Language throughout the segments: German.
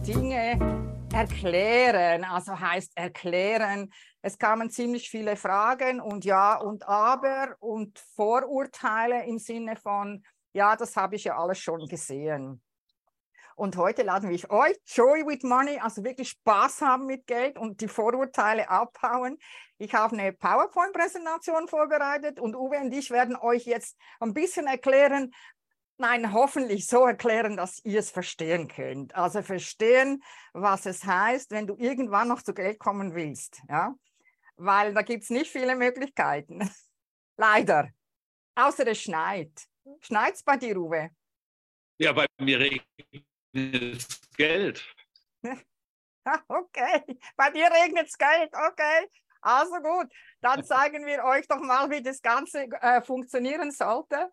Dinge erklären. Also heißt erklären. Es kamen ziemlich viele Fragen und Ja und Aber und Vorurteile im Sinne von, ja, das habe ich ja alles schon gesehen. Und heute laden wir euch, Joy with Money, also wirklich Spaß haben mit Geld und die Vorurteile abbauen. Ich habe eine PowerPoint-Präsentation vorbereitet und Uwe und ich werden euch jetzt ein bisschen erklären, nein, hoffentlich so erklären, dass ihr es verstehen könnt. Also verstehen, was es heißt, wenn du irgendwann noch zu Geld kommen willst. Ja? Weil da gibt es nicht viele Möglichkeiten. Leider. Außer es schneit. Schneit es bei dir, Uwe? Ja, bei mir regnet es Geld. Okay, bei dir regnet es Geld. Okay, also gut. Dann zeigen wir euch doch mal, wie das Ganze funktionieren sollte.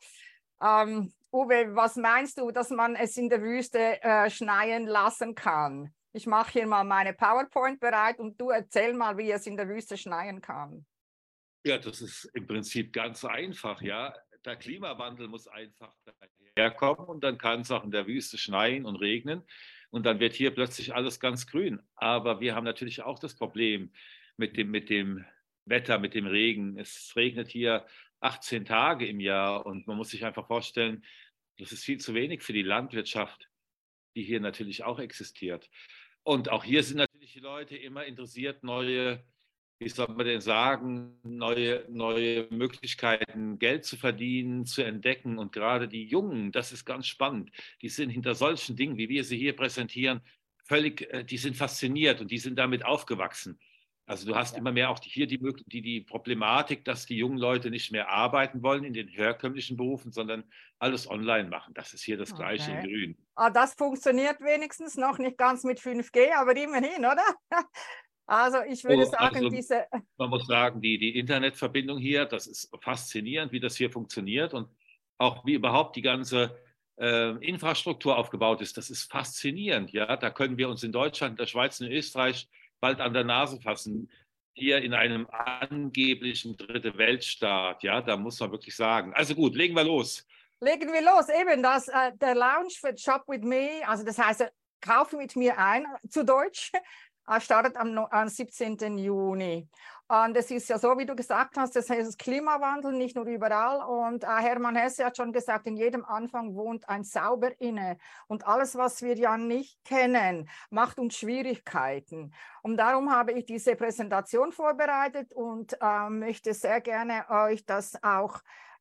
Uwe, was meinst du, dass man es in der Wüste schneien lassen kann? Ich mache hier mal meine PowerPoint bereit und du erzähl mal, wie es in der Wüste schneien kann. Ja, das ist im Prinzip ganz einfach, ja. Der Klimawandel muss einfach daherkommen und dann kann es auch in der Wüste schneien und regnen und dann wird hier plötzlich alles ganz grün. Aber wir haben natürlich auch das Problem mit dem Wetter, mit dem Regen. Es regnet hier 18 Tage im Jahr und man muss sich einfach vorstellen, das ist viel zu wenig für die Landwirtschaft, die hier natürlich auch existiert. Und auch hier sind natürlich die Leute immer interessiert, neue, wie soll man denn sagen, neue Möglichkeiten, Geld zu verdienen, zu entdecken. Und gerade die Jungen, das ist ganz spannend, die sind hinter solchen Dingen, wie wir sie hier präsentieren, völlig, die sind fasziniert und die sind damit aufgewachsen. Also du hast immer mehr auch hier die Problematik, dass die jungen Leute nicht mehr arbeiten wollen in den herkömmlichen Berufen, sondern alles online machen. Das ist hier das Gleiche in Grün. Ah, das funktioniert wenigstens noch nicht ganz mit 5G, aber immerhin, oder? Also ich würde sagen, diese... Man muss sagen, die Internetverbindung hier, das ist faszinierend, wie das hier funktioniert und auch wie überhaupt die ganze Infrastruktur aufgebaut ist. Das ist faszinierend. Ja? Da können wir uns in Deutschland, in der Schweiz und in Österreich bald an der Nase fassen. Hier in einem angeblichen Dritte Weltstaat. Ja, da muss man wirklich sagen. Also gut, legen wir los. Legen wir los. Eben, der Lounge für Shop with Me, also das heißt, kaufe mit mir ein, zu Deutsch, startet am 17. Juni. Und es ist ja so, wie du gesagt hast, das heißt Klimawandel, nicht nur überall. Und Hermann Hesse hat schon gesagt, in jedem Anfang wohnt ein Zauber inne. Und alles, was wir ja nicht kennen, macht uns Schwierigkeiten. Und darum habe ich diese Präsentation vorbereitet und möchte sehr gerne euch das auch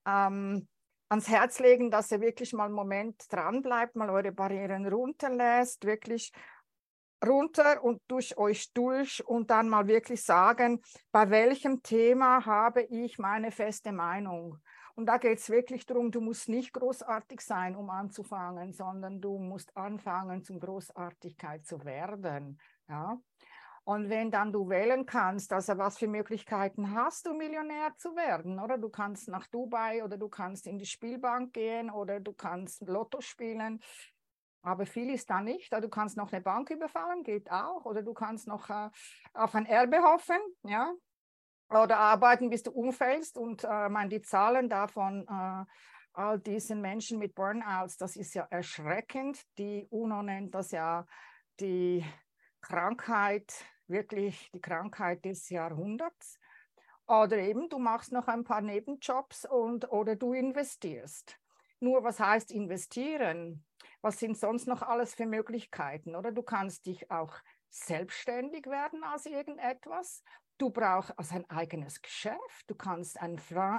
ans Herz legen, dass ihr wirklich mal einen Moment dran bleibt, mal eure Barrieren runterlässt, wirklich runter und durch euch durch und dann mal wirklich sagen, bei welchem Thema habe ich meine feste Meinung. Und da geht es wirklich darum, du musst nicht großartig sein, um anzufangen, sondern du musst anfangen, zum Großartigkeit zu werden. Ja? Und wenn dann du wählen kannst, also was für Möglichkeiten hast du, Millionär zu werden, oder? Du kannst nach Dubai oder du kannst in die Spielbank gehen oder du kannst Lotto spielen. Aber viel ist da nicht. Du kannst noch eine Bank überfallen, geht auch. Oder du kannst noch auf ein Erbe hoffen, ja. Oder arbeiten, bis du umfällst. Und die Zahlen davon, all diesen Menschen mit Burnouts, das ist ja erschreckend. Die UNO nennt das ja die Krankheit, wirklich die Krankheit des Jahrhunderts. Oder eben, du machst noch ein paar Nebenjobs oder du investierst. Nur, was heißt investieren? Was sind sonst noch alles für Möglichkeiten? Oder du kannst dich auch selbstständig werden als irgendetwas. Du brauchst also ein eigenes Geschäft. Du kannst ein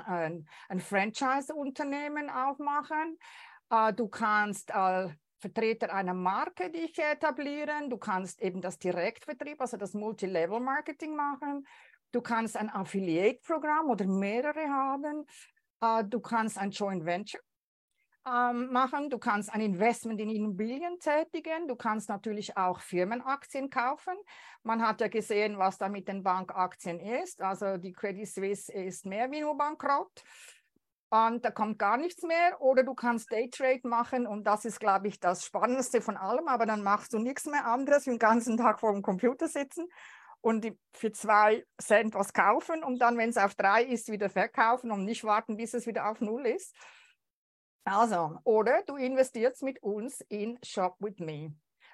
Franchise-Unternehmen aufmachen. Du kannst Vertreter einer Marke dich etablieren. Du kannst eben das Direktvertrieb, also das Multilevel-Marketing machen. Du kannst ein Affiliate-Programm oder mehrere haben. Du kannst ein Joint Venture machen. Du kannst ein Investment in Immobilien tätigen. Du kannst natürlich auch Firmenaktien kaufen. Man hat ja gesehen, was da mit den Bankaktien ist. Also die Credit Suisse ist mehr wie nur bankrott. Und da kommt gar nichts mehr. Oder du kannst Daytrade machen und das ist, glaube ich, das Spannendste von allem. Aber dann machst du nichts mehr anderes, wie den ganzen Tag vor dem Computer sitzen und für 2 Cent was kaufen und dann, wenn es auf 3 ist, wieder verkaufen und nicht warten, bis es wieder auf 0 ist. Also, oder du investierst mit uns in Shop with Me.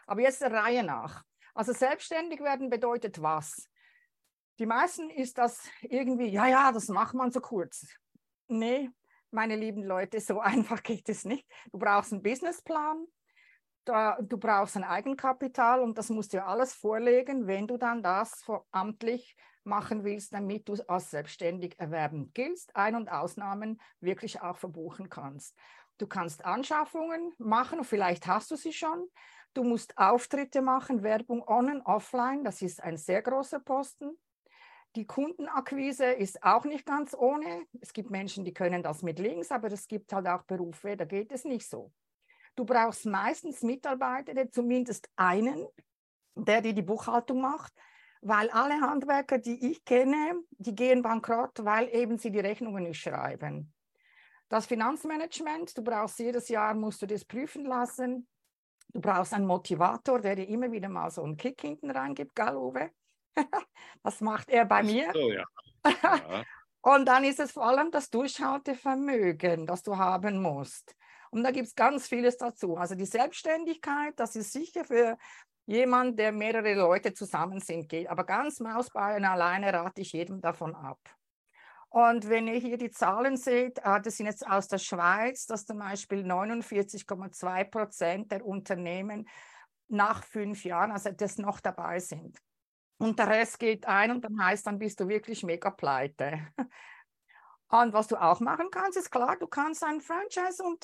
Aber jetzt der Reihe nach. Also selbstständig werden bedeutet was? Die meisten ist das irgendwie, ja, das macht man so kurz. Nee, meine lieben Leute, so einfach geht es nicht. Du brauchst einen Businessplan, du brauchst ein Eigenkapital und das musst du alles vorlegen, wenn du dann das amtlich machen willst, damit du als selbstständig erwerben giltst, Ein- und Ausnahmen wirklich auch verbuchen kannst. Du kannst Anschaffungen machen, vielleicht hast du sie schon. Du musst Auftritte machen, Werbung on und offline, das ist ein sehr großer Posten. Die Kundenakquise ist auch nicht ganz ohne. Es gibt Menschen, die können das mit links, aber es gibt halt auch Berufe, da geht es nicht so. Du brauchst meistens Mitarbeiter, zumindest einen, der dir die Buchhaltung macht, weil alle Handwerker, die ich kenne, die gehen bankrott, weil eben sie die Rechnungen nicht schreiben. Das Finanzmanagement, du brauchst jedes Jahr, musst du das prüfen lassen. Du brauchst einen Motivator, der dir immer wieder mal so einen Kick hinten reingibt, gell, Uwe? Das macht er bei mir. So, ja. Ja. Und dann ist es vor allem das Durchhaltevermögen, das du haben musst. Und da gibt es ganz vieles dazu. Also die Selbstständigkeit, das ist sicher für jemanden, der mehrere Leute zusammen sind, geht. Aber ganz Mausbein alleine rate ich jedem davon ab. Und wenn ihr hier die Zahlen seht, das sind jetzt aus der Schweiz, dass zum Beispiel 49,2% der Unternehmen nach 5 Jahren, also das noch dabei sind. Und der Rest geht ein und dann heißt, dann bist du wirklich mega pleite. Und was du auch machen kannst, ist klar, du kannst ein Franchise und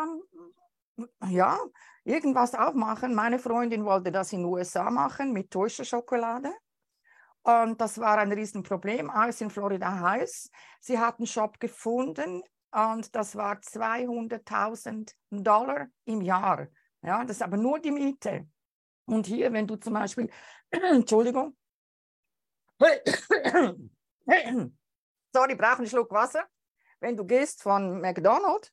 ja, irgendwas auch machen. Meine Freundin wollte das in den USA machen mit deutscher Schokolade. Und das war ein Riesenproblem, alles in Florida heiß. Sie hat einen Shop gefunden und das war $200.000 im Jahr. Ja, das ist aber nur die Miete. Und hier, wenn du zum Beispiel, Entschuldigung, sorry, ich brauche einen Schluck Wasser. Wenn du gehst von McDonald's,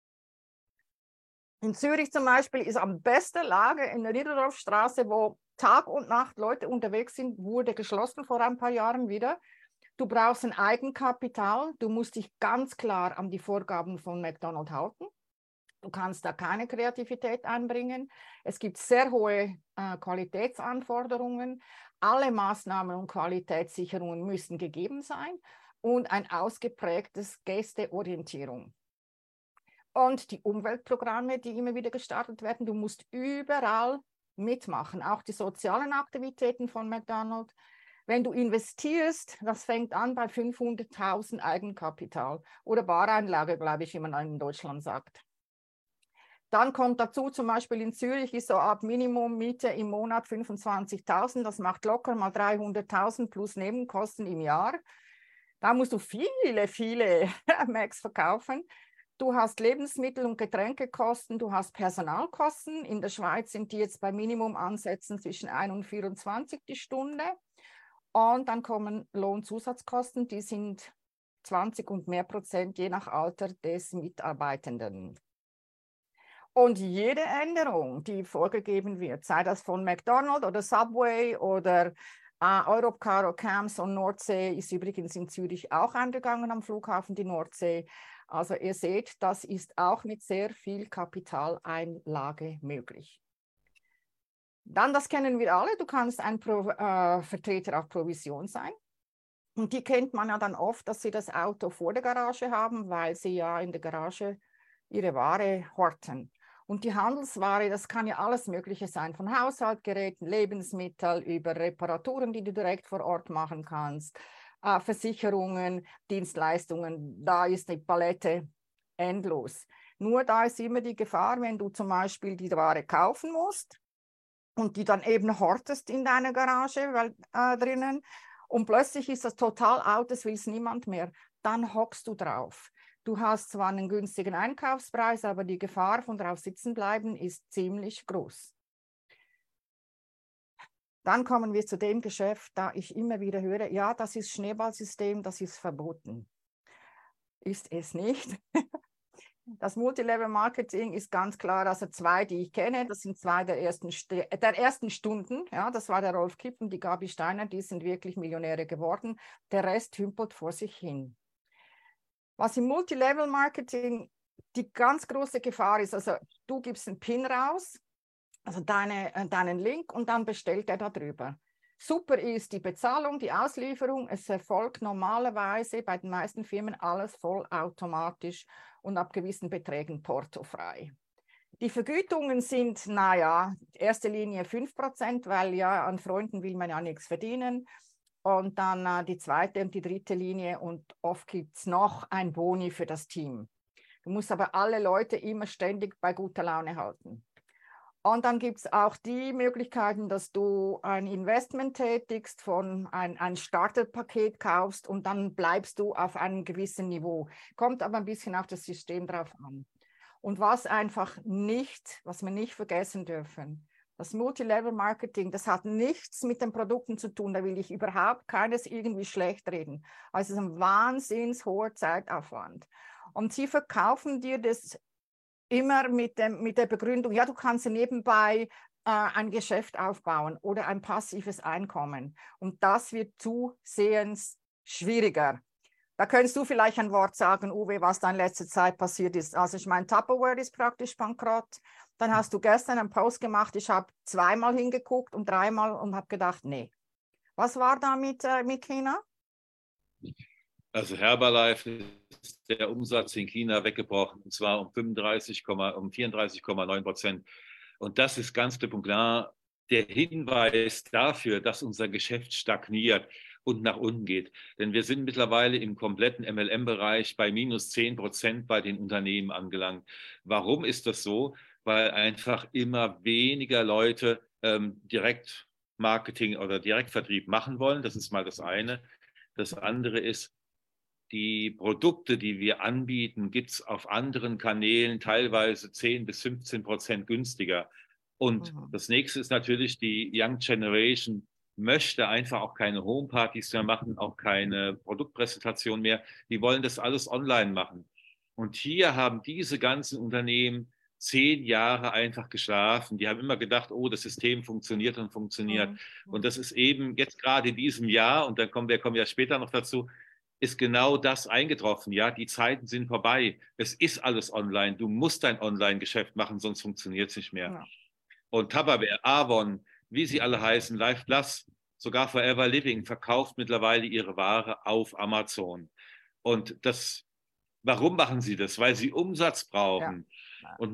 in Zürich zum Beispiel ist am besten Lage in der Niederdorfstraße, wo Tag und Nacht Leute unterwegs sind, wurde geschlossen vor ein paar Jahren wieder. Du brauchst ein Eigenkapital. Du musst dich ganz klar an die Vorgaben von McDonald's halten. Du kannst da keine Kreativität einbringen. Es gibt sehr hohe Qualitätsanforderungen. Alle Maßnahmen und Qualitätssicherungen müssen gegeben sein und ein ausgeprägtes Gästeorientierung. Und die Umweltprogramme, die immer wieder gestartet werden, du musst überall mitmachen, auch die sozialen Aktivitäten von McDonald's. Wenn du investierst, das fängt an bei 500.000 Eigenkapital oder Bareinlage, glaube ich, wie man in Deutschland sagt. Dann kommt dazu, zum Beispiel in Zürich ist so ab Minimummiete im Monat 25.000, das macht locker mal 300.000 plus Nebenkosten im Jahr. Da musst du viele Macs verkaufen. Du hast Lebensmittel- und Getränkekosten, du hast Personalkosten. In der Schweiz sind die jetzt bei Minimumansätzen zwischen 1 und 24 die Stunde. Und dann kommen Lohnzusatzkosten, die sind 20 und mehr Prozent je nach Alter des Mitarbeitenden. Und jede Änderung, die vorgegeben wird, sei das von McDonald's oder Subway oder Europcar oder Camps und Nordsee, ist übrigens in Zürich auch eingegangen am Flughafen, die Nordsee. Also ihr seht, das ist auch mit sehr viel Kapitaleinlage möglich. Dann, das kennen wir alle, du kannst ein Vertreter auf Provision sein. Und die kennt man ja dann oft, dass sie das Auto vor der Garage haben, weil sie ja in der Garage ihre Ware horten. Und die Handelsware, das kann ja alles Mögliche sein, von Haushaltsgeräten, Lebensmittel, über Reparaturen, die du direkt vor Ort machen kannst, Versicherungen, Dienstleistungen, da ist die Palette endlos. Nur da ist immer die Gefahr, wenn du zum Beispiel die Ware kaufen musst und die dann eben hortest in deiner Garage drinnen und plötzlich ist das total out, das will es niemand mehr, dann hockst du drauf. Du hast zwar einen günstigen Einkaufspreis, aber die Gefahr von drauf sitzen bleiben ist ziemlich groß. Dann kommen wir zu dem Geschäft, da ich immer wieder höre, ja, das ist Schneeballsystem, das ist verboten. Ist es nicht. Das Multilevel-Marketing ist ganz klar, also 2, die ich kenne, das sind 2 der ersten Stunden. Ja, das war der Rolf Kipp und die Gabi Steiner, die sind wirklich Millionäre geworden. Der Rest hümpelt vor sich hin. Was im Multilevel-Marketing die ganz große Gefahr ist, also du gibst einen PIN raus also deinen Link und dann bestellt er darüber. Super ist die Bezahlung, die Auslieferung. Es erfolgt normalerweise bei den meisten Firmen alles vollautomatisch und ab gewissen Beträgen portofrei. Die Vergütungen sind, naja, in erster Linie 5%, weil ja an Freunden will man ja nichts verdienen. Und dann die zweite und die dritte Linie und oft gibt es noch ein Boni für das Team. Du musst aber alle Leute immer ständig bei guter Laune halten. Und dann gibt es auch die Möglichkeiten, dass du ein Investment tätigst, ein Starterpaket kaufst und dann bleibst du auf einem gewissen Niveau. Kommt aber ein bisschen auf das System drauf an. Und was wir nicht vergessen dürfen, das Multilevel-Marketing, das hat nichts mit den Produkten zu tun, da will ich überhaupt keines irgendwie schlecht reden. Also es ist ein wahnsinnig hoher Zeitaufwand. Und sie verkaufen dir das immer mit der Begründung, ja, du kannst nebenbei ein Geschäft aufbauen oder ein passives Einkommen. Und das wird zusehends schwieriger. Da könntest du vielleicht ein Wort sagen, Uwe, was da in letzter Zeit passiert ist. Also ich meine, Tupperware ist praktisch bankrott. Dann hast du gestern einen Post gemacht, ich habe zweimal hingeguckt und dreimal und habe gedacht, nee. Was war da mit China? Also Herbalife ist der Umsatz in China weggebrochen, und zwar um 34,9%. Und das ist ganz klipp und klar der Hinweis dafür, dass unser Geschäft stagniert und nach unten geht. Denn wir sind mittlerweile im kompletten MLM-Bereich bei minus 10% bei den Unternehmen angelangt. Warum ist das so? Weil einfach immer weniger Leute Direktmarketing oder Direktvertrieb machen wollen. Das ist mal das eine. Das andere ist, die Produkte, die wir anbieten, gibt es auf anderen Kanälen teilweise 10-15% günstiger. Und das nächste ist natürlich, die Young Generation möchte einfach auch keine Homepartys mehr machen, auch keine Produktpräsentation mehr. Die wollen das alles online machen. Und hier haben diese ganzen Unternehmen 10 Jahre einfach geschlafen. Die haben immer gedacht, oh, das System funktioniert und funktioniert. Und das ist eben jetzt gerade in diesem Jahr, und dann kommen wir ja später noch dazu, ist genau das eingetroffen. Ja, die Zeiten sind vorbei. Es ist alles online. Du musst dein Online-Geschäft machen, sonst funktioniert es nicht mehr. Ja. Und Tupperware, Avon, wie sie alle heißen, Life Plus, sogar Forever Living verkauft mittlerweile ihre Ware auf Amazon. Und warum machen sie das? Weil sie Umsatz brauchen. Ja. Und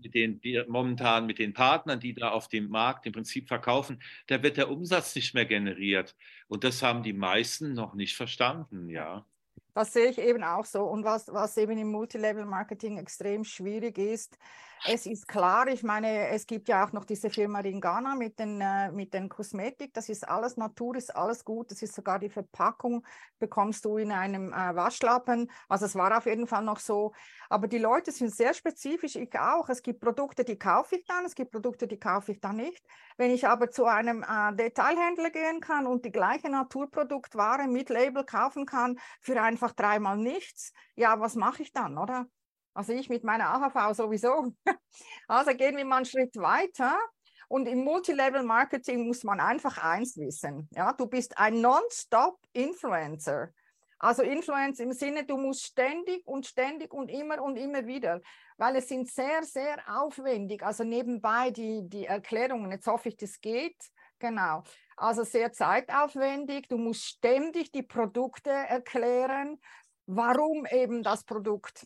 momentan mit den Partnern, die da auf dem Markt im Prinzip verkaufen, da wird der Umsatz nicht mehr generiert. Und das haben die meisten noch nicht verstanden, ja. Das sehe ich eben auch so. Und was eben im Multilevel-Marketing extrem schwierig ist, es ist klar, ich meine, es gibt ja auch noch diese Firma Ringana mit den Kosmetik, das ist alles Natur, ist alles gut, das ist sogar die Verpackung, bekommst du in einem Waschlappen, also es war auf jeden Fall noch so, aber die Leute sind sehr spezifisch, ich auch, es gibt Produkte, die kaufe ich dann, es gibt Produkte, die kaufe ich dann nicht. Wenn ich aber zu einem Detailhändler gehen kann und die gleiche Naturproduktware mit Label kaufen kann, für einfach dreimal nichts, ja, was mache ich dann, oder? Also ich mit meiner AHV sowieso. Also gehen wir mal einen Schritt weiter. Und im Multilevel-Marketing muss man einfach eins wissen. Ja? Du bist ein Non-Stop-Influencer. Also Influencer im Sinne, du musst ständig und immer wieder, weil es sind sehr, sehr aufwendig. Also nebenbei die Erklärungen, jetzt hoffe ich, das geht. Genau. Also sehr zeitaufwendig. Du musst ständig die Produkte erklären, warum eben das Produkt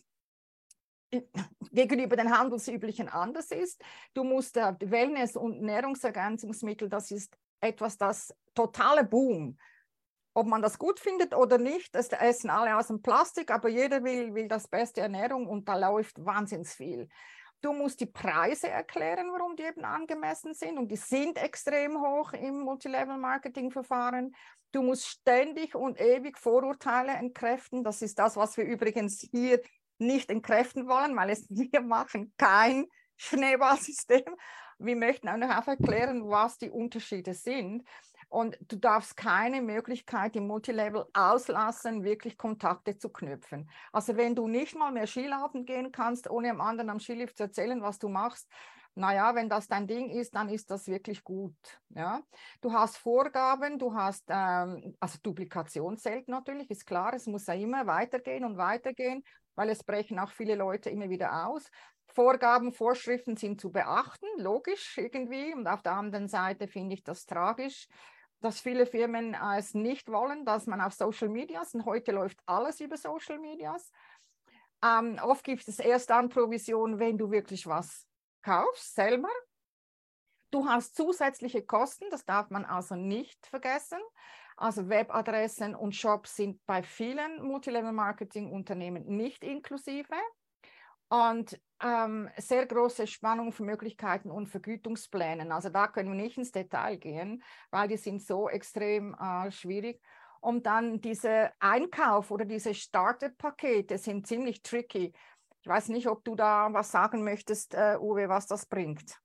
gegenüber den handelsüblichen anders ist. Du musst Wellness- und Nahrungsergänzungsmittel, das ist etwas, das totale Boom. Ob man das gut findet oder nicht, das essen alle aus dem Plastik, aber jeder will das beste Ernährung und da läuft wahnsinnig viel. Du musst die Preise erklären, warum die eben angemessen sind und die sind extrem hoch im Multilevel-Marketing-Verfahren. Du musst ständig und ewig Vorurteile entkräften. Das ist das, was wir übrigens hier nicht entkräften wollen, weil wir machen kein Schneeballsystem. Wir möchten auch erklären, was die Unterschiede sind. Und du darfst keine Möglichkeit im Multilevel auslassen, wirklich Kontakte zu knüpfen. Also wenn du nicht mal mehr Skilaufen gehen kannst, ohne einem anderen am Skilift zu erzählen, was du machst, naja, wenn das dein Ding ist, dann ist das wirklich gut. Ja? Du hast Vorgaben, du hast, also Duplikation zählt natürlich, ist klar, es muss ja immer weitergehen und weitergehen, weil es brechen auch viele Leute immer wieder aus. Vorgaben, Vorschriften sind zu beachten, logisch irgendwie. Und auf der anderen Seite finde ich das tragisch, dass viele Firmen es nicht wollen, dass man auf Social Medias, und heute läuft alles über Social Medias. Oft gibt es erst dann Provision, wenn du wirklich was kaufst, selber. Du hast zusätzliche Kosten, das darf man also nicht vergessen. Also Webadressen und Shops sind bei vielen Multilevel-Marketing-Unternehmen nicht inklusive. Und sehr große Spannung für Möglichkeiten und Vergütungsplänen. Also da können wir nicht ins Detail gehen, weil die sind so extrem schwierig. Und dann diese Einkauf oder diese Starter-Pakete sind ziemlich tricky. Ich weiß nicht, ob du da was sagen möchtest, Uwe, was das bringt.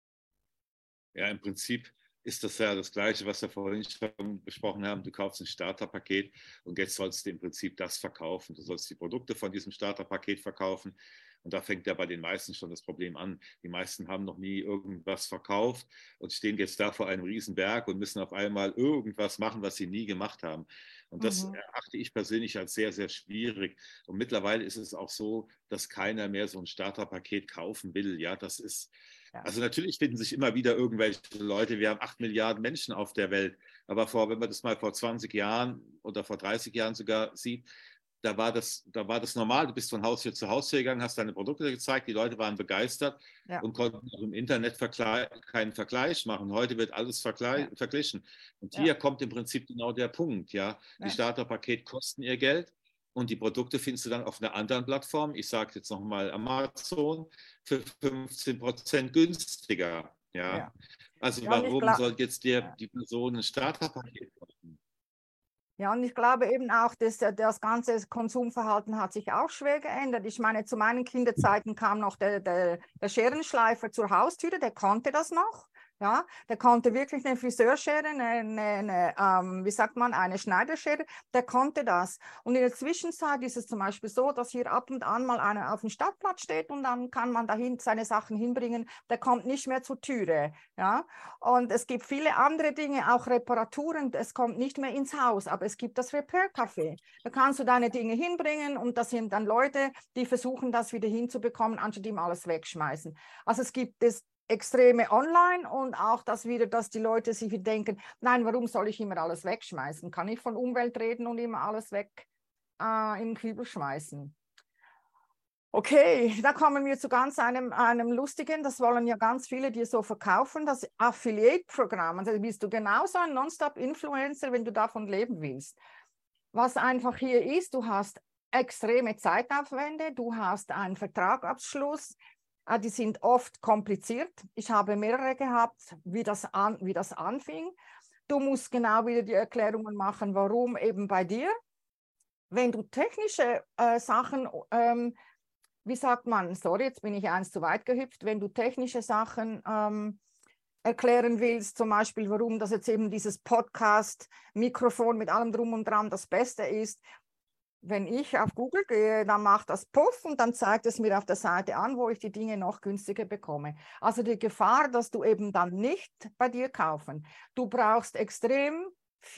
Ja, im Prinzip ist das ja das Gleiche, was wir vorhin schon besprochen haben. Du kaufst ein Starterpaket und jetzt sollst du im Prinzip das verkaufen. Du sollst die Produkte von diesem Starterpaket verkaufen. Und da fängt ja bei den meisten schon das Problem an. Die meisten haben noch nie irgendwas verkauft und stehen jetzt da vor einem Riesenberg und müssen auf einmal irgendwas machen, was sie nie gemacht haben. Und das erachte ich persönlich als sehr, sehr schwierig. Und mittlerweile ist es auch so, dass keiner mehr so ein Starterpaket kaufen will. Ja, das ist, also natürlich finden sich immer wieder irgendwelche Leute. Wir haben 8 Milliarden Menschen auf der Welt. Aber wenn man das mal vor 20 Jahren oder vor 30 Jahren sogar sieht, da war das normal. Du bist von Haustür zu Haustür gegangen, hast deine Produkte gezeigt, die Leute waren begeistert und konnten auch im Internet keinen Vergleich machen. Heute wird alles verglichen. Und hier kommt im Prinzip genau der Punkt. Ja? Die Starterpakete kosten ihr Geld und die Produkte findest du dann auf einer anderen Plattform. Ich sage jetzt nochmal Amazon für 15% günstiger. Ja? Also warum soll jetzt die Person ein Starterpaket kaufen? Ja, und ich glaube eben auch, dass das ganze Konsumverhalten hat sich auch schwer geändert. Ich meine, zu meinen Kinderzeiten kam noch der Scherenschleifer zur Haustüre, der konnte das noch. Ja, der konnte wirklich eine Friseurschere, wie sagt man, eine Schneiderschere, der konnte das. Und in der Zwischenzeit ist es zum Beispiel so, dass hier ab und an mal einer auf dem Stadtplatz steht und dann kann man dahin seine Sachen hinbringen, der kommt nicht mehr zur Türe. Ja, und es gibt viele andere Dinge, auch Reparaturen, es kommt nicht mehr ins Haus, aber es gibt das Repair-Café. Da kannst du deine Dinge hinbringen und das sind dann Leute, die versuchen, das wieder hinzubekommen, anstatt ihm alles wegschmeißen. Also es gibt das Extreme online und auch das wieder, dass die Leute sich denken, nein, warum soll ich immer alles wegschmeißen? Kann ich von Umwelt reden und immer alles weg in den Kübel schmeißen? Okay, da kommen wir zu ganz einem lustigen, das wollen ja ganz viele dir so verkaufen, das Affiliate-Programm. Also bist du genauso ein Non-Stop-Influencer, wenn du davon leben willst. Was einfach hier ist, du hast extreme Zeitaufwände, du hast einen Vertragsabschluss, die sind oft kompliziert. Ich habe mehrere gehabt, wie das anfing. Du musst genau wieder die Erklärungen machen, warum eben bei dir. Wenn du technische Sachen, wie sagt man, sorry, jetzt bin ich eins zu weit gehüpft, wenn du technische Sachen erklären willst, zum Beispiel, warum das jetzt eben dieses Podcast-Mikrofon mit allem drum und dran das Beste ist. Wenn ich auf Google gehe, dann macht das Puff und dann zeigt es mir auf der Seite an, wo ich die Dinge noch günstiger bekomme. Also die Gefahr, dass du eben dann nicht bei dir kaufen. Du brauchst extrem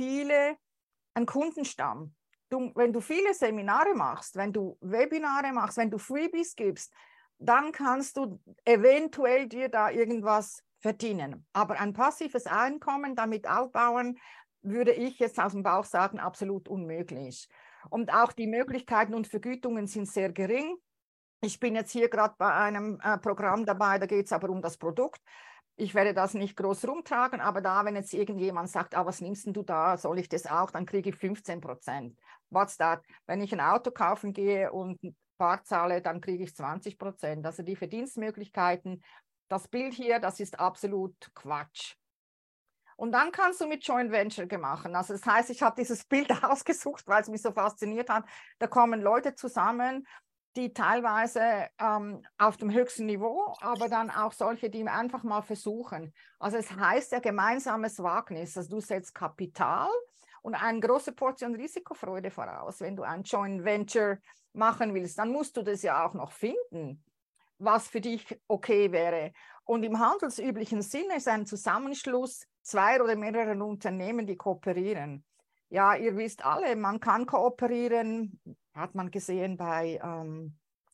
einen Kundenstamm. Wenn du viele Seminare machst, wenn du Webinare machst, wenn du Freebies gibst, dann kannst du eventuell dir da irgendwas verdienen. Aber ein passives Einkommen damit aufbauen, würde ich jetzt aus dem Bauch sagen, absolut unmöglich. Und auch die Möglichkeiten und Vergütungen sind sehr gering. Ich bin jetzt hier gerade bei einem Programm dabei, da geht es aber um das Produkt. Ich werde das nicht groß rumtragen, aber da, wenn jetzt irgendjemand sagt, was nimmst du da, soll ich das auch, dann kriege ich 15%. What's that? Wenn ich ein Auto kaufen gehe und ein Bar zahle, dann kriege ich 20%. Also die Verdienstmöglichkeiten, das Bild hier, das ist absolut Quatsch. Und dann kannst du mit Joint Venture machen. Also das heißt, ich habe dieses Bild ausgesucht, weil es mich so fasziniert hat. Da kommen Leute zusammen, die teilweise auf dem höchsten Niveau, aber dann auch solche, die einfach mal versuchen. Also es heißt ja gemeinsames Wagnis. Also du setzt Kapital und eine große Portion Risikofreude voraus. Wenn du ein Joint Venture machen willst, dann musst du das ja auch noch finden, was für dich okay wäre. Und im handelsüblichen Sinne ist ein Zusammenschluss zwei oder mehreren Unternehmen, die kooperieren. Ja, ihr wisst alle, man kann kooperieren, hat man gesehen bei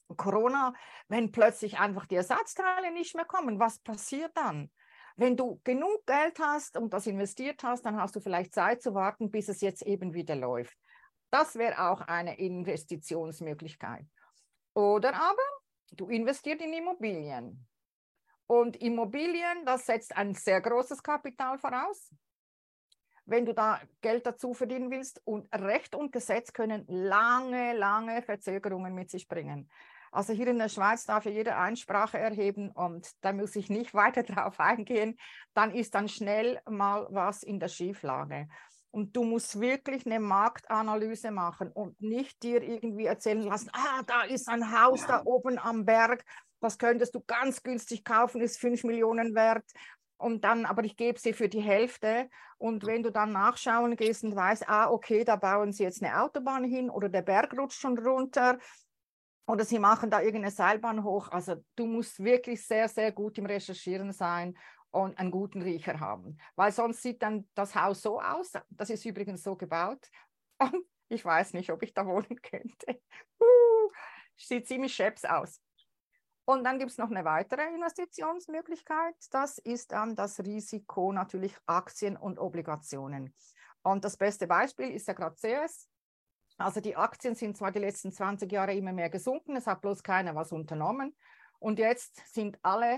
Corona, wenn plötzlich einfach die Ersatzteile nicht mehr kommen, was passiert dann? Wenn du genug Geld hast und das investiert hast, dann hast du vielleicht Zeit zu warten, bis es jetzt eben wieder läuft. Das wäre auch eine Investitionsmöglichkeit. Oder aber du investierst in Immobilien. Und Immobilien, das setzt ein sehr großes Kapital voraus. Wenn du da Geld dazu verdienen willst, und Recht und Gesetz können lange, lange Verzögerungen mit sich bringen. Also hier in der Schweiz darf ja jeder Einsprache erheben und da muss ich nicht weiter drauf eingehen. Dann ist dann schnell mal was in der Schieflage. Und du musst wirklich eine Marktanalyse machen und nicht dir irgendwie erzählen lassen, da ist ein Haus da oben am Berg, das könntest du ganz günstig kaufen, ist 5 Millionen wert. Und dann, aber ich gebe sie für die Hälfte. Und wenn du dann nachschauen gehst und weißt, okay, da bauen sie jetzt eine Autobahn hin oder der Berg rutscht schon runter oder sie machen da irgendeine Seilbahn hoch. Also du musst wirklich sehr, sehr gut im Recherchieren sein und einen guten Riecher haben. Weil sonst sieht dann das Haus so aus. Das ist übrigens so gebaut. Und ich weiß nicht, ob ich da wohnen könnte. Sieht ziemlich scheps aus. Und dann gibt es noch eine weitere Investitionsmöglichkeit. Das ist dann das Risiko natürlich Aktien und Obligationen. Und das beste Beispiel ist ja gerade CS. Also die Aktien sind zwar die letzten 20 Jahre immer mehr gesunken, es hat bloß keiner was unternommen. Und jetzt sind alle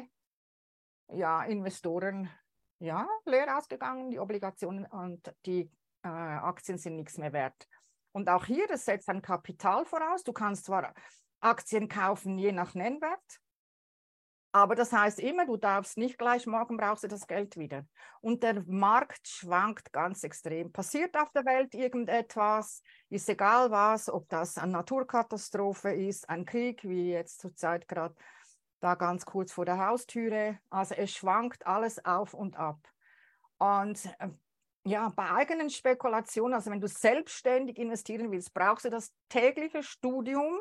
Investoren leer ausgegangen, die Obligationen und die Aktien sind nichts mehr wert. Und auch hier, das setzt ein Kapital voraus. Du kannst zwar Aktien kaufen, je nach Nennwert. Aber das heißt immer, du darfst nicht gleich, morgen brauchst du das Geld wieder. Und der Markt schwankt ganz extrem. Passiert auf der Welt irgendetwas, ist egal was, ob das eine Naturkatastrophe ist, ein Krieg, wie jetzt zurzeit gerade da ganz kurz vor der Haustüre. Also es schwankt alles auf und ab. Und bei eigenen Spekulationen, also wenn du selbstständig investieren willst, brauchst du das tägliche Studium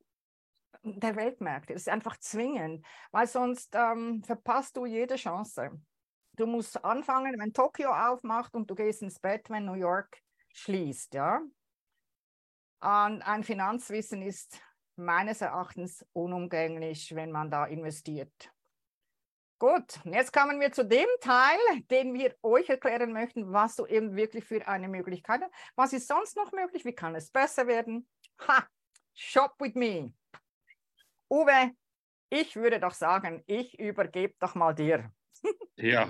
der Weltmärkte. Das ist einfach zwingend, weil sonst verpasst du jede Chance. Du musst anfangen, wenn Tokio aufmacht und du gehst ins Bett, wenn New York schließt. Ja? Und ein Finanzwissen ist meines Erachtens unumgänglich, wenn man da investiert. Gut, und jetzt kommen wir zu dem Teil, den wir euch erklären möchten, was du eben wirklich für eine Möglichkeit hast. Was ist sonst noch möglich? Wie kann es besser werden? Shop with me. Uwe, ich würde doch sagen, ich übergebe doch mal dir. Ja,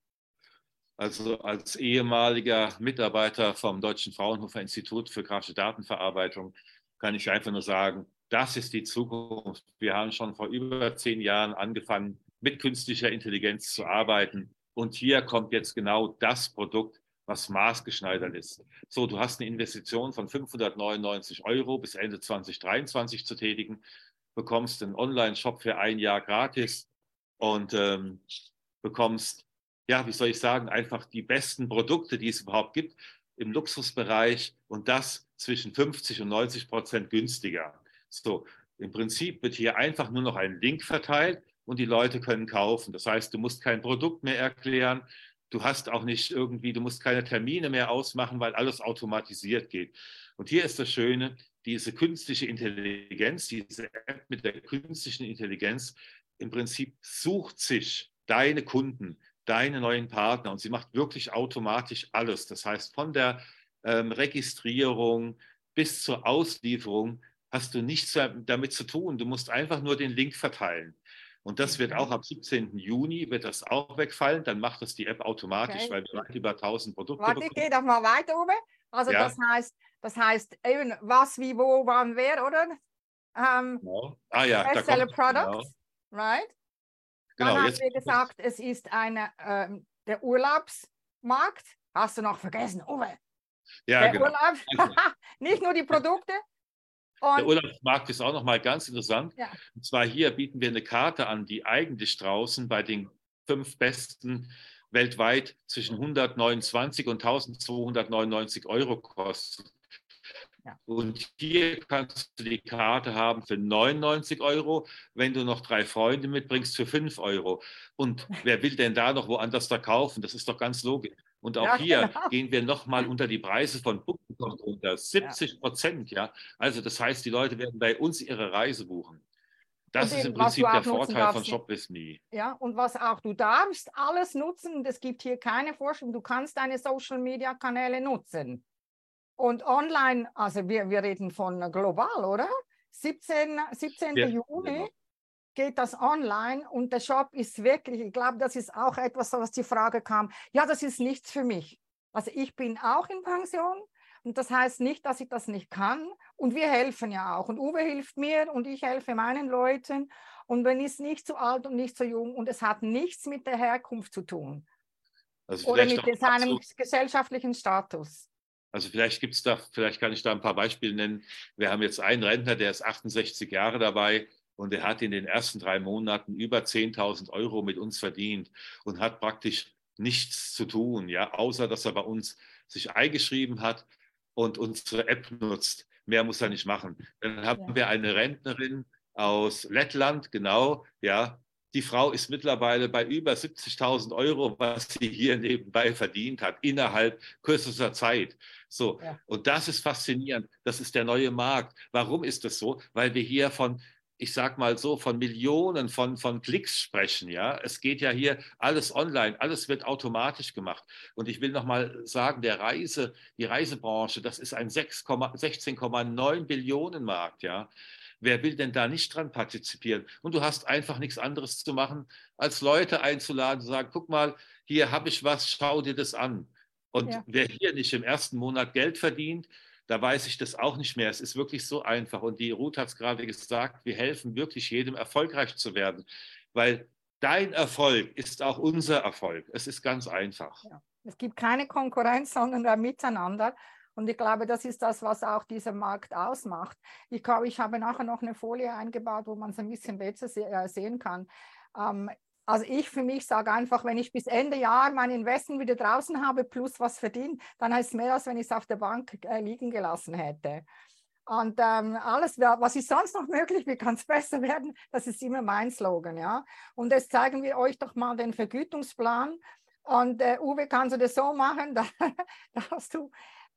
also als ehemaliger Mitarbeiter vom Deutschen Fraunhofer Institut für grafische Datenverarbeitung kann ich einfach nur sagen, das ist die Zukunft. Wir haben schon vor über 10 Jahren angefangen, mit künstlicher Intelligenz zu arbeiten. Und hier kommt jetzt genau das Produkt, was maßgeschneidert ist. So, du hast eine Investition von 599 € bis Ende 2023 zu tätigen, bekommst einen Online-Shop für 1 Jahr gratis und bekommst, ja, wie soll ich sagen, einfach die besten Produkte, die es überhaupt gibt im Luxusbereich und das zwischen 50% und 90% günstiger. So, im Prinzip wird hier einfach nur noch ein Link verteilt und die Leute können kaufen. Das heißt, du musst kein Produkt mehr erklären, du hast auch nicht irgendwie, du musst keine Termine mehr ausmachen, weil alles automatisiert geht. Und hier ist das Schöne, diese künstliche Intelligenz, diese App mit der künstlichen Intelligenz, im Prinzip sucht sich deine Kunden, deine neuen Partner und sie macht wirklich automatisch alles. Das heißt, von der Registrierung bis zur Auslieferung hast du nichts damit zu tun. Du musst einfach nur den Link verteilen. Und das wird auch ab 17. Juni wird das auch wegfallen. Dann macht das die App automatisch, weil wir weit über 1000 Produkte bekommen. Ich gehe doch mal weiter, Uwe. Also ja. Das heißt eben was, wie, wo, wann, wer, oder? Genau. Ja, Bestseller Products, genau. Right? Genau, dann haben wir gesagt, es ist der Urlaubsmarkt. Hast du noch vergessen, Uwe? Ja, der genau. Urlaub, nicht nur die Produkte. Und der Urlaubsmarkt ist auch noch mal ganz interessant. Ja. Und zwar hier bieten wir eine Karte an, die eigentlich draußen bei den 5 besten weltweit zwischen 129 und 1299 € kostet. Ja. Und hier kannst du die Karte haben für 99 €, wenn du noch 3 Freunde mitbringst für 5 €. Und wer will denn da noch woanders da kaufen? Das ist doch ganz logisch. Und auch hier gehen wir nochmal unter die Preise von Booking.com runter. 70%, ja. Also das heißt, die Leute werden bei uns ihre Reise buchen. Das ist im Prinzip der Vorteil von Shop with Me. Ja, und was auch, du darfst alles nutzen. Es gibt hier keine Vorschrift. Du kannst deine Social-Media-Kanäle nutzen. Und online, also wir reden von global, oder? 17. Ja, Juni genau. geht das online und der Shop ist wirklich, ich glaube, das ist auch etwas, was die Frage kam, ja, das ist nichts für mich. Also ich bin auch in Pension und das heißt nicht, dass ich das nicht kann und wir helfen ja auch und Uwe hilft mir und ich helfe meinen Leuten und wenn ist nicht zu alt und nicht zu jung und es hat nichts mit der Herkunft zu tun Also oder vielleicht mit noch seinem dazu, gesellschaftlichen Status. also vielleicht kann ich da ein paar Beispiele nennen. Wir haben jetzt einen Rentner, der ist 68 Jahre dabei und der hat in den ersten 3 Monaten über 10.000 Euro mit uns verdient und hat praktisch nichts zu tun, ja, außer dass er bei uns sich eingeschrieben hat und unsere App nutzt. Mehr muss er nicht machen. Dann haben wir eine Rentnerin aus Lettland, genau, ja. Die Frau ist mittlerweile bei über 70.000 Euro, was sie hier nebenbei verdient hat, innerhalb kürzester Zeit. So, Ja. und das ist faszinierend. Das ist der neue Markt. Warum ist das so? Weil wir hier von, ich sag mal so, von Millionen von Klicks sprechen. Ja, es geht ja hier alles online, alles wird automatisch gemacht. Und ich will noch mal sagen, die Reisebranche, das ist ein 16,9 Billionen Markt. Ja, wer will denn da nicht dran partizipieren? Und du hast einfach nichts anderes zu machen, als Leute einzuladen, zu sagen, guck mal, hier habe ich was, schau dir das an. Und Ja. wer hier nicht im ersten Monat Geld verdient, da weiß ich das auch nicht mehr. Es ist wirklich so einfach. Und die Ruth hat es gerade gesagt, wir helfen wirklich jedem, erfolgreich zu werden. Weil dein Erfolg ist auch unser Erfolg. Es ist ganz einfach. Ja. Es gibt keine Konkurrenz, sondern ein Miteinander. Und ich glaube, das ist das, was auch dieser Markt ausmacht. Ich habe nachher noch eine Folie eingebaut, wo man es ein bisschen besser sehen kann. Also ich für mich sage einfach, wenn ich bis Ende Jahr mein Investment wieder draußen habe, plus was verdient, dann heißt es mehr, als wenn ich es auf der Bank liegen gelassen hätte. Und alles, was ist sonst noch möglich, wie kann es besser werden, das ist immer mein Slogan. Ja? Und jetzt zeigen wir euch doch mal den Vergütungsplan. Und Uwe, kannst du das so machen, dass du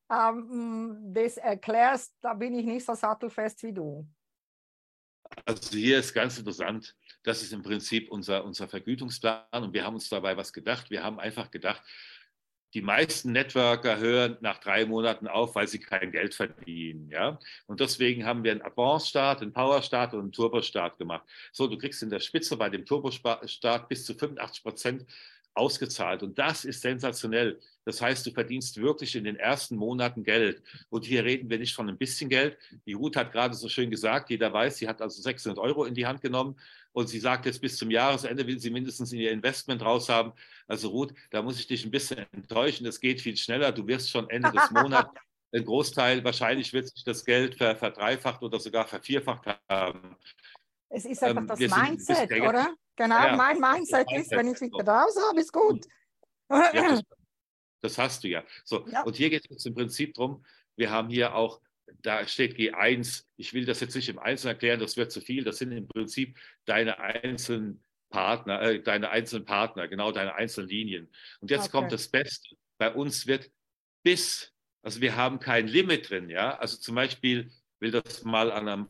das erklärst, da bin ich nicht so sattelfest wie du. Also hier ist ganz interessant, das ist im Prinzip unser Vergütungsplan und wir haben uns dabei was gedacht. Wir haben einfach gedacht, die meisten Networker hören nach 3 Monaten auf, weil sie kein Geld verdienen. Ja? Und deswegen haben wir einen Advanced-Start, einen Power-Start und einen Turbo-Start gemacht. So, du kriegst in der Spitze bei dem Turbo-Start bis zu 85% ausgezahlt. Und das ist sensationell. Das heißt, du verdienst wirklich in den ersten Monaten Geld. Und hier reden wir nicht von ein bisschen Geld. Die Ruth hat gerade so schön gesagt, jeder weiß, sie hat also 600 Euro in die Hand genommen. Und sie sagt jetzt, bis zum Jahresende will sie mindestens in ihr Investment raus haben. Also Ruth, da muss ich dich ein bisschen enttäuschen. Es geht viel schneller. Du wirst schon Ende des Monats ein Großteil, wahrscheinlich wird sich das Geld verdreifacht oder sogar vervierfacht haben. Es ist einfach das wir sind Mindset, oder? Genau, ja, mein Mindset ist, wenn ich wieder raus habe, ist gut. Ja, das hast du ja. So, Ja. und hier geht es im Prinzip darum, wir haben hier auch, da steht G1, ich will das jetzt nicht im Einzelnen erklären, das wird zu viel, das sind im Prinzip deine einzelnen Partner, genau, deine einzelnen Linien. Und jetzt kommt das Beste. Bei uns wird also wir haben kein Limit drin, ja. Also zum Beispiel will das mal an einem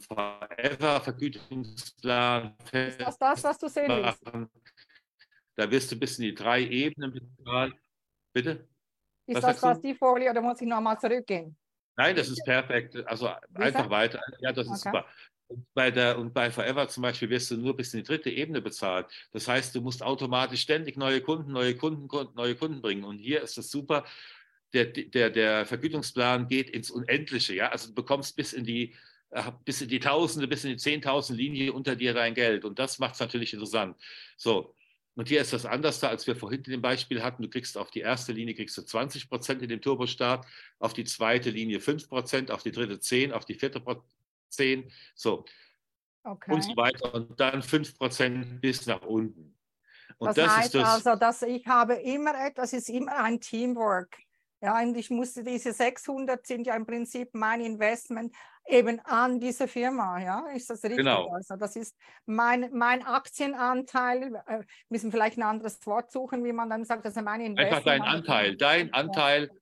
Forever-Vergütungsplan Ist das, was du sehen willst? Da wirst du bis in die 3 Ebenen bezahlt. Bitte? Ist das die Folie oder muss ich nochmal zurückgehen? Nein, das ist perfekt. Also einfach weiter. Ja, das ist super. Und bei Forever zum Beispiel wirst du nur bis in die 3. Ebene bezahlt. Das heißt, du musst automatisch ständig neue Kunden bringen. Und hier ist es super. Der Vergütungsplan geht ins Unendliche. Ja? Also du bekommst bis in die Tausende, bis in die 10.000 Linie unter dir dein Geld. Und das macht es natürlich interessant. So. Und hier ist das anders, als wir vorhin in dem Beispiel hatten. Du kriegst auf die erste Linie kriegst du 20% in dem Turbostart, auf die zweite Linie 5%, auf die dritte 10%, auf die vierte 10%, so. Und so weiter. Und dann 5% bis nach unten. Und das heißt also, dass ich habe immer etwas, ist immer ein Teamwork. Ja, und ich musste diese 600 sind ja im Prinzip mein Investment eben an diese Firma. Ja, ist das richtig? Genau. Also das ist mein Aktienanteil. Wir müssen vielleicht ein anderes Wort suchen, wie man dann sagt, das ist mein Investment. Einfach dein Anteil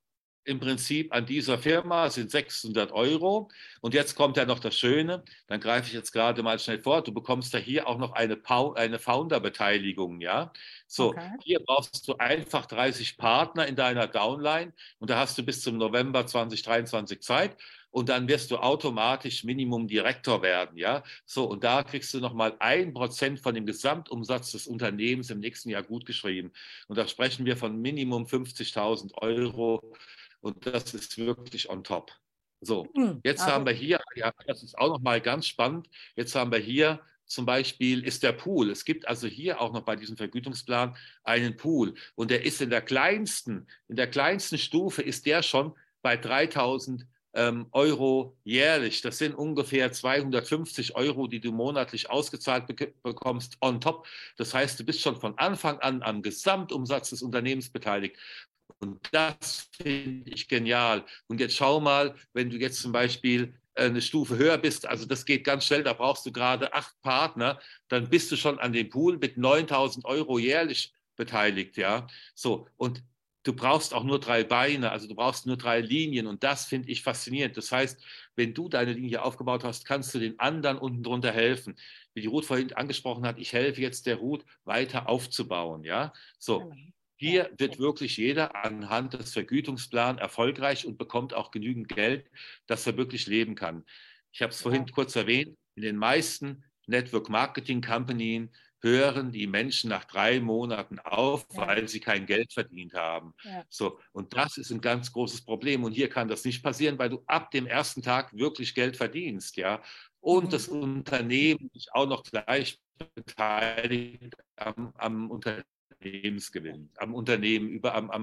im Prinzip an dieser Firma sind 600 Euro. Und jetzt kommt ja noch das Schöne, dann greife ich jetzt gerade mal schnell vor, du bekommst ja hier auch noch eine Founder-Beteiligung, ja. So, Okay. hier brauchst du einfach 30 Partner in deiner Downline und da hast du bis zum November 2023 Zeit und dann wirst du automatisch Minimum Direktor werden, ja. So, und da kriegst du nochmal 1% von dem Gesamtumsatz des Unternehmens im nächsten Jahr gutgeschrieben. Und da sprechen wir von Minimum 50.000 Euro und das ist wirklich on top. So, jetzt Also, haben wir hier, ja, das ist auch nochmal ganz spannend, jetzt haben wir hier zum Beispiel ist der Pool. Es gibt also hier auch noch bei diesem Vergütungsplan einen Pool und der ist in der kleinsten Stufe ist der schon bei 3.000 Euro jährlich. Das sind ungefähr 250 Euro, die du monatlich ausgezahlt bekommst on top. Das heißt, du bist schon von Anfang an am Gesamtumsatz des Unternehmens beteiligt. Und das finde ich genial. Und jetzt schau mal, wenn du jetzt zum Beispiel eine Stufe höher bist, also das geht ganz schnell, da brauchst du gerade 8 Partner, dann bist du schon an dem Pool mit 9.000 Euro jährlich beteiligt, ja. So, und du brauchst auch nur 3 Beine, also du brauchst nur 3 Linien und das finde ich faszinierend. Das heißt, wenn du deine Linie aufgebaut hast, kannst du den anderen unten drunter helfen. Wie die Ruth vorhin angesprochen hat, ich helfe jetzt der Ruth weiter aufzubauen, ja. So, hier wird wirklich jeder anhand des Vergütungsplans erfolgreich und bekommt auch genügend Geld, dass er wirklich leben kann. Ich habe es vorhin kurz erwähnt, in den meisten Network Marketing Companies hören die Menschen nach 3 Monaten auf, weil sie kein Geld verdient haben. So, und das ist ein ganz großes Problem. Und hier kann das nicht passieren, weil du ab dem ersten Tag wirklich Geld verdienst, ja. Und das Unternehmen sich auch noch gleich beteiligt am Unternehmensgewinn, am Unternehmen,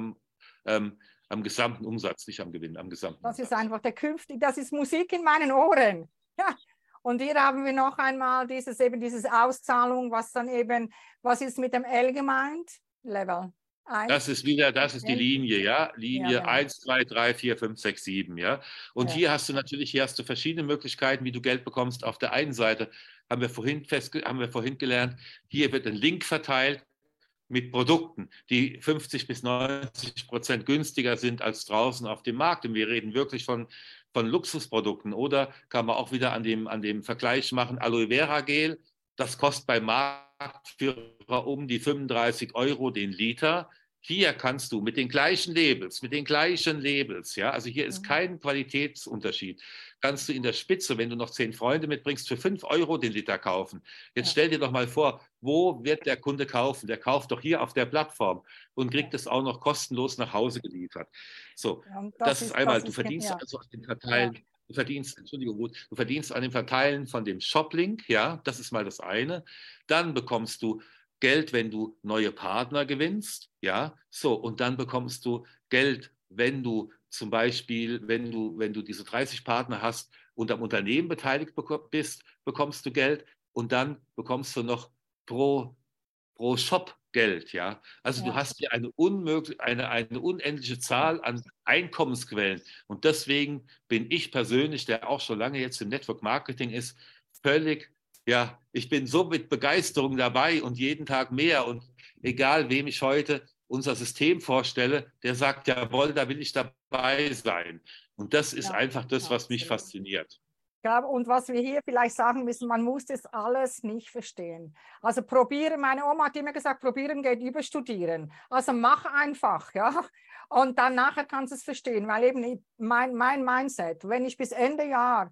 am gesamten Umsatz, nicht am Gewinn, am gesamten das ist Umsatz. einfach der künftig, das ist Musik in meinen Ohren. Ja. Und hier haben wir noch einmal dieses Auszahlung, was dann eben, was ist mit dem L gemeint? Level 1. Das ist die Linie, ja. Linie genau. 1, 2, 3, 4, 5, 6, 7, ja. Und hier hast du verschiedene Möglichkeiten, wie du Geld bekommst. Auf der einen Seite haben wir vorhin gelernt, hier wird ein Link verteilt mit Produkten, die 50 bis 90% günstiger sind als draußen auf dem Markt. Und wir reden wirklich von Luxusprodukten. Oder kann man auch wieder an dem Vergleich machen, Aloe Vera Gel, das kostet beim Marktführer um die 35 Euro den Liter. Hier kannst du mit den gleichen Labels, ja, also hier ist kein Qualitätsunterschied, kannst du in der Spitze, wenn du noch 10 Freunde mitbringst, für 5 Euro den Liter kaufen. Jetzt stell dir doch mal vor, wo wird der Kunde kaufen? Der kauft doch hier auf der Plattform und kriegt es auch noch kostenlos nach Hause geliefert. So, das ist einmal, du verdienst also an den Verteilen. Du verdienst an dem Verteilen von dem Shoplink, ja, das ist mal das eine. Dann bekommst du Geld, wenn du neue Partner gewinnst, ja, so, und dann bekommst du Geld, wenn du zum Beispiel, wenn du diese 30 Partner hast und am Unternehmen beteiligt bist, bekommst du Geld und dann bekommst du noch pro Shop Geld, ja. Also du hast hier eine unendliche Zahl an Einkommensquellen. Und deswegen bin ich persönlich, der auch schon lange jetzt im Network Marketing ist, völlig, ja, ich bin so mit Begeisterung dabei und jeden Tag mehr. Und egal, wem ich heute unser System vorstelle, der sagt, jawohl, da will ich dabei sein. Und das ist einfach das, was mich fasziniert. Und was wir hier vielleicht sagen müssen, man muss das alles nicht verstehen. Also probieren, meine Oma hat immer gesagt, probieren geht über studieren. Also mach einfach, ja. Und dann nachher kannst du es verstehen, weil eben mein Mindset, wenn ich bis Ende Jahr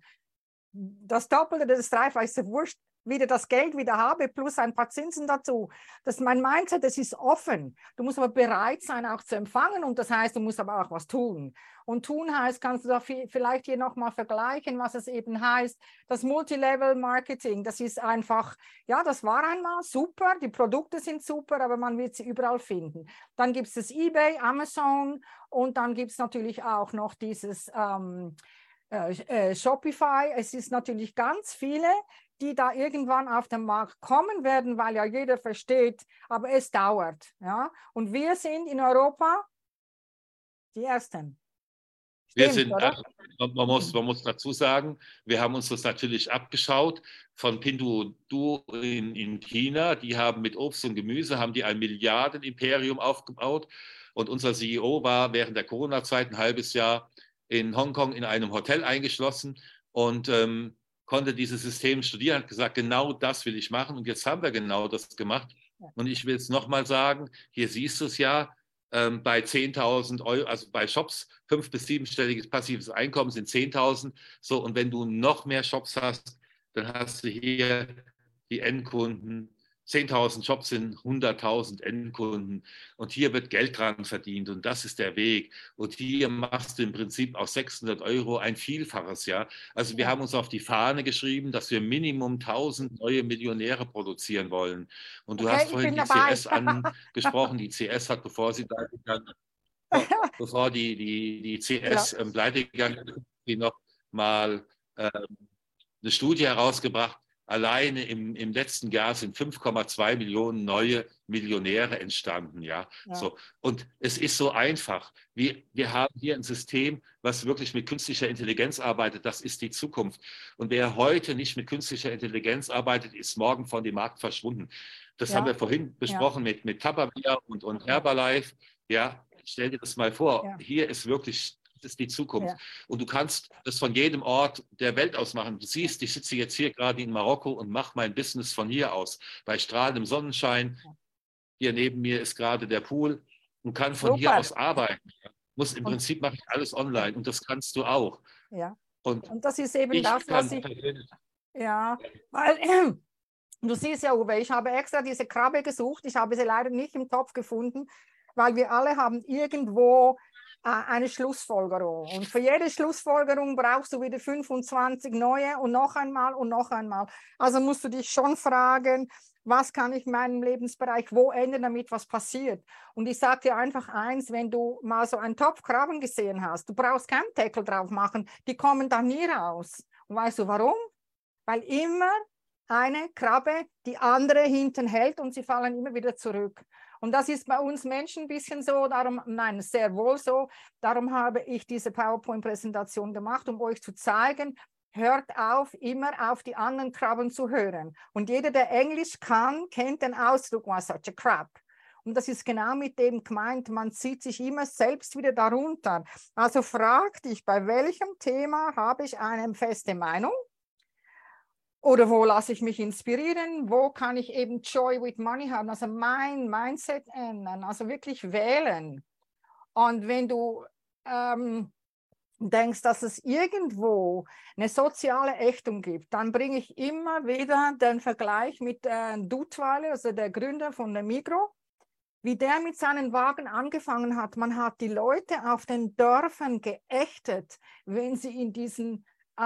das Doppelte, das Dreifache, ist wurscht, wieder das Geld wieder habe, plus ein paar Zinsen dazu. Das ist mein Mindset, das ist offen. Du musst aber bereit sein, auch zu empfangen und das heißt, du musst aber auch was tun. Und tun heißt, kannst du da vielleicht hier nochmal vergleichen, was es eben heißt, das Multilevel-Marketing, das ist einfach, ja, das war einmal super, die Produkte sind super, aber man wird sie überall finden. Dann gibt es das eBay, Amazon und dann gibt es natürlich auch noch dieses Shopify. Es ist natürlich ganz viele, die da irgendwann auf den Markt kommen werden, weil ja jeder versteht, aber es dauert. Ja? Und wir sind in Europa die Ersten. Stimmt, man muss dazu sagen, wir haben uns das natürlich abgeschaut von Pinduoduo in China. Die haben mit Obst und Gemüse, haben die ein Milliardenimperium aufgebaut. Und unser CEO war während der Corona-Zeit ein halbes Jahr in Hongkong in einem Hotel eingeschlossen und konnte dieses System studieren, hat gesagt, genau das will ich machen. Und jetzt haben wir genau das gemacht. Und ich will es nochmal sagen, hier siehst du es ja, bei 10.000 Euro, also bei Shops, 5- bis 7-stelliges passives Einkommen sind 10.000. So, und wenn du noch mehr Shops hast, dann hast du hier die Endkunden. 10.000 Shops sind 100.000 Endkunden und hier wird Geld dran verdient und das ist der Weg. Und hier machst du im Prinzip aus 600 Euro ein Vielfaches, ja. Also wir haben uns auf die Fahne geschrieben, dass wir Minimum 1.000 neue Millionäre produzieren wollen. Und du Okay, hast ich vorhin bin die dabei. CS angesprochen. Die CS hat, bevor sie pleite gegangen, bevor die Ja, CS pleite gegangen ist, die noch mal eine Studie herausgebracht. Alleine im letzten Jahr sind 5,2 Millionen neue Millionäre entstanden. Ja? ja, So. Und es ist so einfach. Wir haben hier ein System, was wirklich mit künstlicher Intelligenz arbeitet. Das ist die Zukunft. Und wer heute nicht mit künstlicher Intelligenz arbeitet, ist morgen von dem Markt verschwunden. Das haben ja, wir vorhin besprochen mit Tupperware und Herbalife. Ja, stell dir das mal vor. ja, Hier ist wirklich, das ist die Zukunft. ja, Und du kannst das von jedem Ort der Welt aus machen. Du siehst, ich sitze jetzt hier gerade in Marokko und mache mein Business von hier aus. Bei strahlendem Sonnenschein. Hier neben mir ist gerade der Pool und kann von hier super. aus arbeiten. Im Und, Prinzip mache ich alles ja, online und das kannst du auch. ja. Und Und das ist eben ich das, was kann ich, persönlich. ja, weil du siehst ja, Uwe, ich habe extra diese Krabbe gesucht. Ich habe sie leider nicht im Topf gefunden, weil wir alle haben irgendwo eine Schlussfolgerung. Und für jede Schlussfolgerung brauchst du wieder 25 neue und noch einmal und noch einmal. Also musst du dich schon fragen, was kann ich in meinem Lebensbereich wo ändern, damit was passiert. Und ich sage dir einfach eins, wenn du mal so einen Topf Krabben gesehen hast, du brauchst keinen Deckel drauf machen, die kommen da nie raus. Und weißt du warum? Weil immer eine Krabbe die andere hinten hält und sie fallen immer wieder zurück. Und das ist bei uns Menschen ein bisschen so, darum, nein, sehr wohl so. Darum habe ich diese PowerPoint-Präsentation gemacht, um euch zu zeigen, hört auf, immer auf die anderen Krabben zu hören. Und jeder, der Englisch kann, kennt den Ausdruck, was such a crab. Und das ist genau mit dem gemeint, man zieht sich immer selbst wieder darunter. Also frag dich, bei welchem Thema habe ich eine feste Meinung? Oder wo lasse ich mich inspirieren? Wo kann ich eben Joy with Money haben? Also mein Mindset ändern, also wirklich wählen. Und wenn du denkst, dass es irgendwo eine soziale Ächtung gibt, dann bringe ich immer wieder den Vergleich mit Duttweiler, also der Gründer von der Migros, wie der mit seinen Wagen angefangen hat. Man hat die Leute auf den Dörfern geächtet, wenn sie in diesen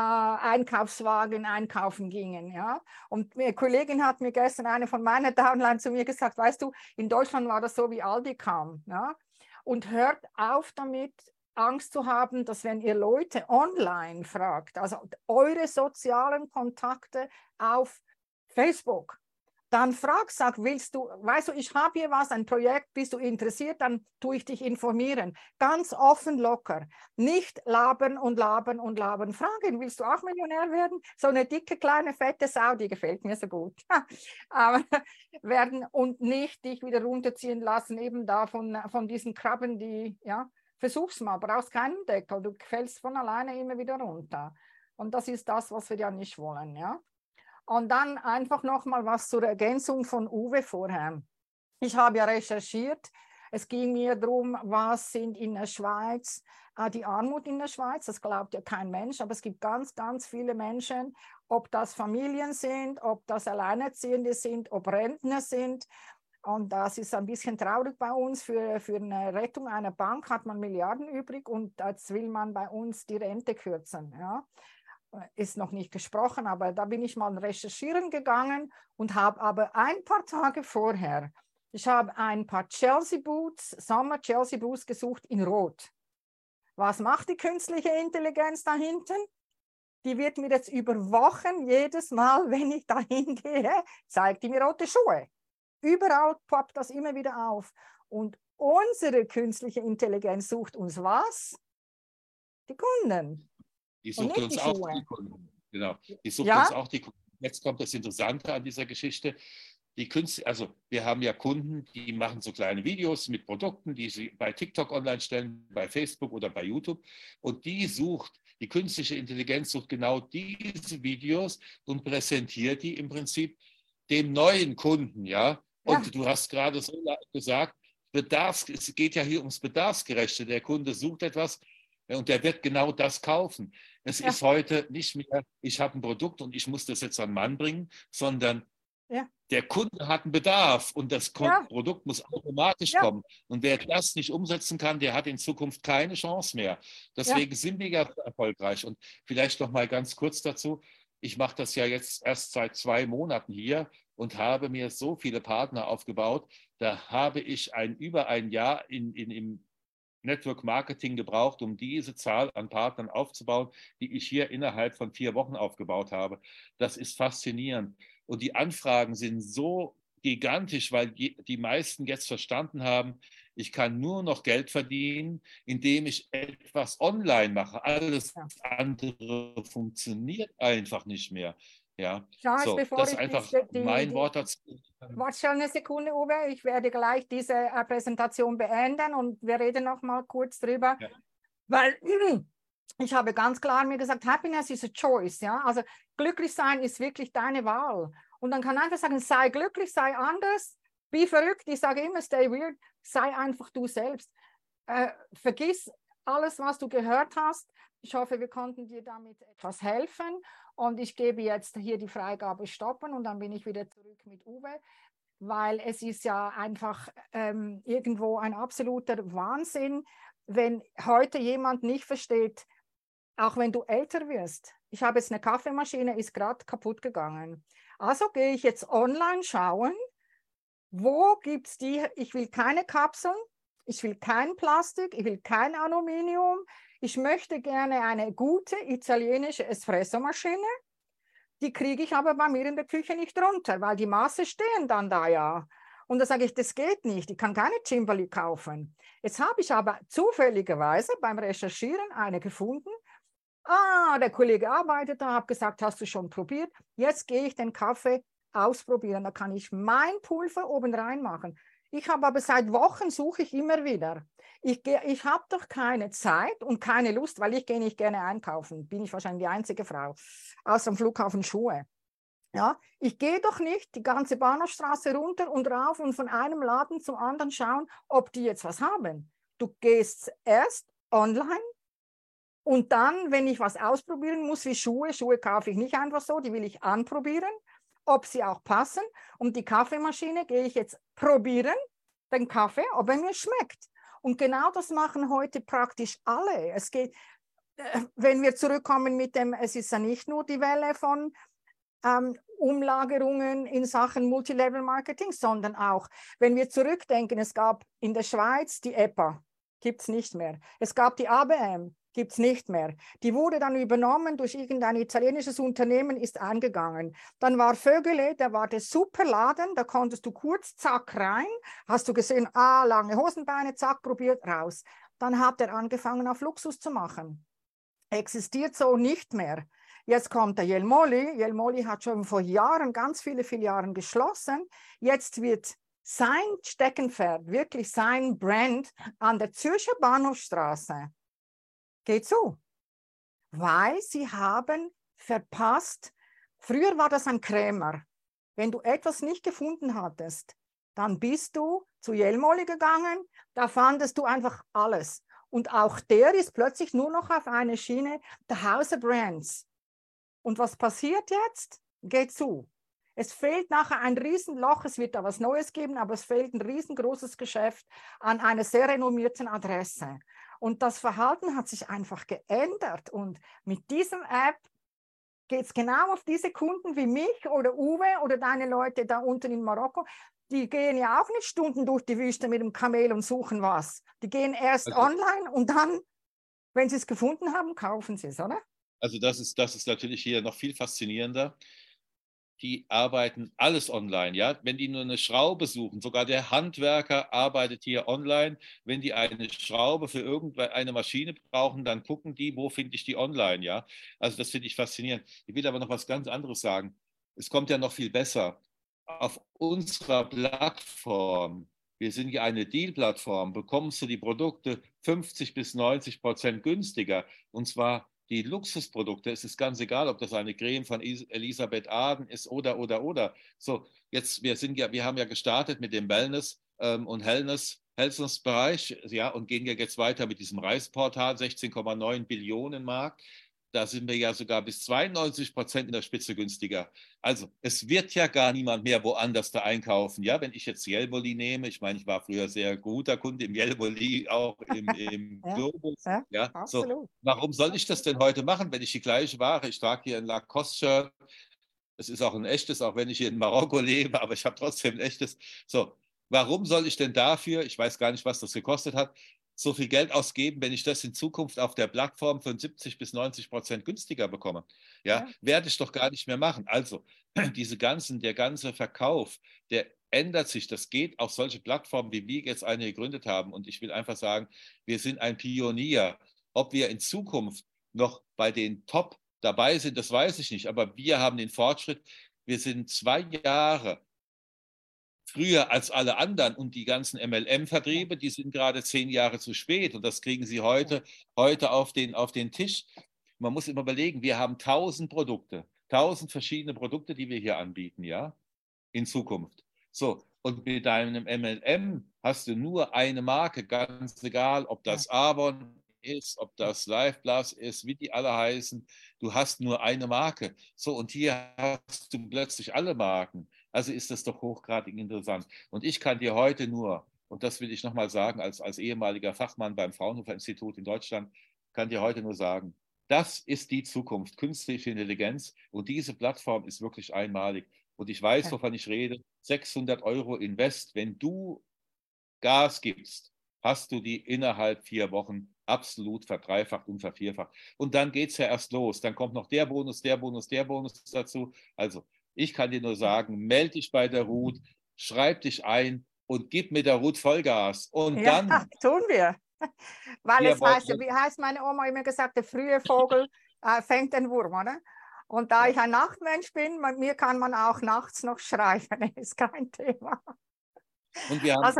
Einkaufswagen einkaufen gingen. Ja? Und eine Kollegin hat mir gestern, eine von meinen Downline, zu mir gesagt, weißt du, in Deutschland war das so, wie Aldi kam. Ja? Und hört auf damit, Angst zu haben, dass wenn ihr Leute online fragt, also eure sozialen Kontakte auf Facebook, dann sag, willst du, weißt du, ich habe hier was, ein Projekt, bist du interessiert, dann tue ich dich informieren. Ganz offen, locker. Nicht labern und labern und labern. Fragen, willst du auch Millionär werden? So eine dicke, kleine, fette Sau, die gefällt mir so gut. Aber werden und nicht dich wieder runterziehen lassen, eben da von diesen Krabben, die, ja, versuch's mal, brauchst keinen Deckel, du fällst von alleine immer wieder runter. Und das ist das, was wir ja nicht wollen, ja. Und dann einfach noch mal was zur Ergänzung von Uwe vorher. Ich habe ja recherchiert. Es ging mir darum, was sind in der Schweiz, die Armut in der Schweiz. Das glaubt ja kein Mensch, aber es gibt ganz, ganz viele Menschen, ob das Familien sind, ob das Alleinerziehende sind, ob Rentner sind. Und das ist ein bisschen traurig bei uns. Für eine Rettung einer Bank hat man Milliarden übrig und jetzt will man bei uns die Rente kürzen. Ja. Ist noch nicht gesprochen, aber da bin ich mal recherchieren gegangen und habe aber ein paar Tage vorher, ich habe ein paar Chelsea Boots, Sommer Chelsea Boots gesucht in Rot. Was macht die künstliche Intelligenz da hinten? Die wird mir jetzt über Wochen jedes Mal, wenn ich da hingehe, zeigt die mir rote Schuhe. Überall poppt das immer wieder auf. Und unsere künstliche Intelligenz sucht uns was? Die Kunden. Die Und sucht nicht uns die auch Schuhe. die Kunden. Genau. Die sucht Ja? uns auch die Kunden. Jetzt kommt das Interessante an dieser Geschichte. also wir haben ja Kunden, die machen so kleine Videos mit Produkten, die sie bei TikTok online stellen, bei Facebook oder bei YouTube. Und die künstliche Intelligenz sucht genau diese Videos und präsentiert die im Prinzip dem neuen Kunden, ja. Ja, Und du hast gerade so gesagt, es geht ja hier ums Bedarfsgerechte. Der Kunde sucht etwas und der wird genau das kaufen. Es ja, ist heute nicht mehr, ich habe ein Produkt und ich muss das jetzt an den Mann bringen, sondern ja, der Kunde hat einen Bedarf und das ja, Produkt muss automatisch ja, kommen. Und wer das nicht umsetzen kann, der hat in Zukunft keine Chance mehr. ja, Deswegen sind wir ja erfolgreich. Und vielleicht noch mal ganz kurz dazu. Ich mache das ja jetzt erst seit 2 Monaten hier und habe mir so viele Partner aufgebaut. Da habe ich über ein Jahr im Network Marketing gebraucht, um diese Zahl an Partnern aufzubauen, die ich hier innerhalb von 4 Wochen aufgebaut habe. Das ist faszinierend. Und die Anfragen sind so gigantisch, weil die meisten jetzt verstanden haben, ich kann nur noch Geld verdienen, indem ich etwas online mache. Alles ja. andere funktioniert einfach nicht mehr. Ja, Charles, so, bevor das ist ich einfach die, mein Wort dazu. warte schon eine Sekunde, Uwe, ich werde gleich diese Präsentation beenden und wir reden noch mal kurz drüber, Ja. weil ich habe ganz klar mir gesagt, Happiness is a choice, ja, also glücklich sein ist wirklich deine Wahl und dann kann einfach sagen, sei glücklich, sei anders, be verrückt, ich sage immer, stay weird, sei einfach du selbst, vergiss alles, was du gehört hast. Ich hoffe, wir konnten dir damit etwas helfen. Und ich gebe jetzt hier die Freigabe stoppen und dann bin ich wieder zurück mit Uwe, weil es ist ja einfach irgendwo ein absoluter Wahnsinn, wenn heute jemand nicht versteht, auch wenn du älter wirst. Ich habe jetzt eine Kaffeemaschine, ist gerade kaputt gegangen. Also gehe ich jetzt online schauen, wo gibt es die? Ich will keine Kapseln, ich will kein Plastik, ich will kein Aluminium. Ich möchte gerne eine gute italienische Espressomaschine. Die kriege ich aber bei mir in der Küche nicht runter, weil die Maße stehen dann da ja. Und da sage ich, das geht nicht, ich kann keine Cimberli kaufen. Jetzt habe ich aber zufälligerweise beim Recherchieren eine gefunden. Ah, der Kollege arbeitet da, habe gesagt, hast du schon probiert? Jetzt gehe ich den Kaffee ausprobieren. Da kann ich mein Pulver oben reinmachen. Ich habe aber seit Wochen suche ich immer wieder. Ich habe doch keine Zeit und keine Lust, weil ich gehe nicht gerne einkaufen. Bin ich wahrscheinlich die einzige Frau. Außer am Flughafen Schuhe. Ja, ich gehe doch nicht die ganze Bahnhofstraße runter und rauf und von einem Laden zum anderen schauen, ob die jetzt was haben. Du gehst erst online und dann, wenn ich was ausprobieren muss, wie Schuhe kaufe ich nicht einfach so, die will ich anprobieren, ob sie auch passen. Und die Kaffeemaschine gehe ich jetzt probieren, den Kaffee, ob er mir schmeckt. Und genau das machen heute praktisch alle. Es geht, wenn wir zurückkommen mit dem, es ist ja nicht nur die Welle von Umlagerungen in Sachen Multilevel-Marketing, sondern auch, wenn wir zurückdenken, es gab in der Schweiz die EPA, gibt es nicht mehr. Es gab die ABM, gibt es nicht mehr. Die wurde dann übernommen durch irgendein italienisches Unternehmen, ist eingegangen. Dann war Vögele, da war der super Laden, da konntest du kurz, zack, rein. Hast du gesehen, lange Hosenbeine, zack, probiert, raus. Dann hat er angefangen, auf Luxus zu machen. Existiert so nicht mehr. Jetzt kommt der Jelmoli. Jelmoli hat schon vor Jahren, ganz viele Jahren geschlossen. Jetzt wird sein Steckenpferd, wirklich sein Brand an der Zürcher Bahnhofstraße geht zu, weil sie haben verpasst. Früher war das ein Krämer. Wenn du etwas nicht gefunden hattest, dann bist du zu Jelmoli gegangen, da fandest du einfach alles. Und auch der ist plötzlich nur noch auf eine Schiene der Hauser Brands. Und was passiert jetzt? Geht zu. Es fehlt nachher ein Riesenloch, es wird da was Neues geben, aber es fehlt ein riesengroßes Geschäft an einer sehr renommierten Adresse. Und das Verhalten hat sich einfach geändert. Und mit diesem App geht es genau auf diese Kunden wie mich oder Uwe oder deine Leute da unten in Marokko. Die gehen ja auch nicht Stunden durch die Wüste mit dem Kamel und suchen was. Die gehen erst Also, online und dann, wenn sie es gefunden haben, kaufen sie es, oder? also das ist natürlich hier noch viel faszinierender. Die arbeiten alles online, ja. Wenn die nur eine Schraube suchen, sogar der Handwerker arbeitet hier online. Wenn die eine Schraube für irgendeine Maschine brauchen, dann gucken die, wo finde ich die online, ja. Also das finde ich faszinierend. Ich will aber noch was ganz anderes sagen. Es kommt ja noch viel besser. auf unserer Plattform, wir sind ja eine Deal-Plattform, bekommst du die Produkte 50-90% günstiger. Und zwar die Luxusprodukte. Es ist ganz egal, ob das eine Creme von Elisabeth Arden ist oder. So, jetzt, wir haben ja gestartet mit dem Wellness und Health-Bereich, ja, und gehen ja jetzt weiter mit diesem Reisportal, 16,9 Billionen Markt. Da sind wir ja sogar bis 92% in der Spitze günstiger. Also es wird ja gar niemand mehr woanders da einkaufen. Ja, wenn ich jetzt Jelmoli nehme, ich meine, ich war früher sehr guter Kunde im Jelmoli, auch im Ja, Globus. ja, Ja, so. absolut. Warum soll ich das denn heute machen, wenn ich die gleiche Ware, ich trage hier ein Lacoste-Shirt, es ist auch ein echtes, auch wenn ich hier in Marokko lebe, aber ich habe trotzdem ein echtes. So, warum soll ich denn dafür, ich weiß gar nicht, was das gekostet hat, so viel Geld ausgeben, wenn ich das in Zukunft auf der Plattform von 70-90% günstiger bekomme? Ja, werde ich doch gar nicht mehr machen. Also, der ganze Verkauf, der ändert sich. Das geht auf solche Plattformen, wie wir jetzt eine gegründet haben. Und ich will einfach sagen, wir sind ein Pionier. Ob wir in Zukunft noch bei den Top dabei sind, das weiß ich nicht. Aber wir haben den Fortschritt. Wir sind 2 Jahre früher als alle anderen und die ganzen MLM-Vertriebe, die sind gerade 10 Jahre zu spät und das kriegen sie heute auf den Tisch. Man muss immer überlegen, wir haben 1000 Produkte, 1000 verschiedene Produkte, die wir hier anbieten, ja, in Zukunft. So, und mit deinem MLM hast du nur eine Marke, ganz egal, ob das Avon ist, ob das Life Plus ist, wie die alle heißen. Du hast nur eine Marke. So, und hier hast du plötzlich alle Marken. Also ist das doch hochgradig interessant. Und ich kann dir heute nur, und das will ich nochmal sagen, als ehemaliger Fachmann beim Fraunhofer-Institut in Deutschland, kann dir heute nur sagen, das ist die Zukunft, künstliche Intelligenz. Und diese Plattform ist wirklich einmalig. Und ich weiß, wovon ich rede. 600 € Invest, wenn du Gas gibst, hast du die innerhalb 4 Wochen absolut verdreifacht und vervierfacht. Und dann geht es ja erst los. Dann kommt noch der Bonus dazu. Also ich kann dir nur sagen, melde dich bei der Ruth, schreib dich ein und gib mit der Ruth Vollgas. Und dann tun wir. Weil es heißt, wie heißt meine Oma immer gesagt, der frühe Vogel fängt den Wurm, oder? Und da ich ein Nachtmensch bin, mir kann man auch nachts noch schreiben, ist kein Thema. Und wir haben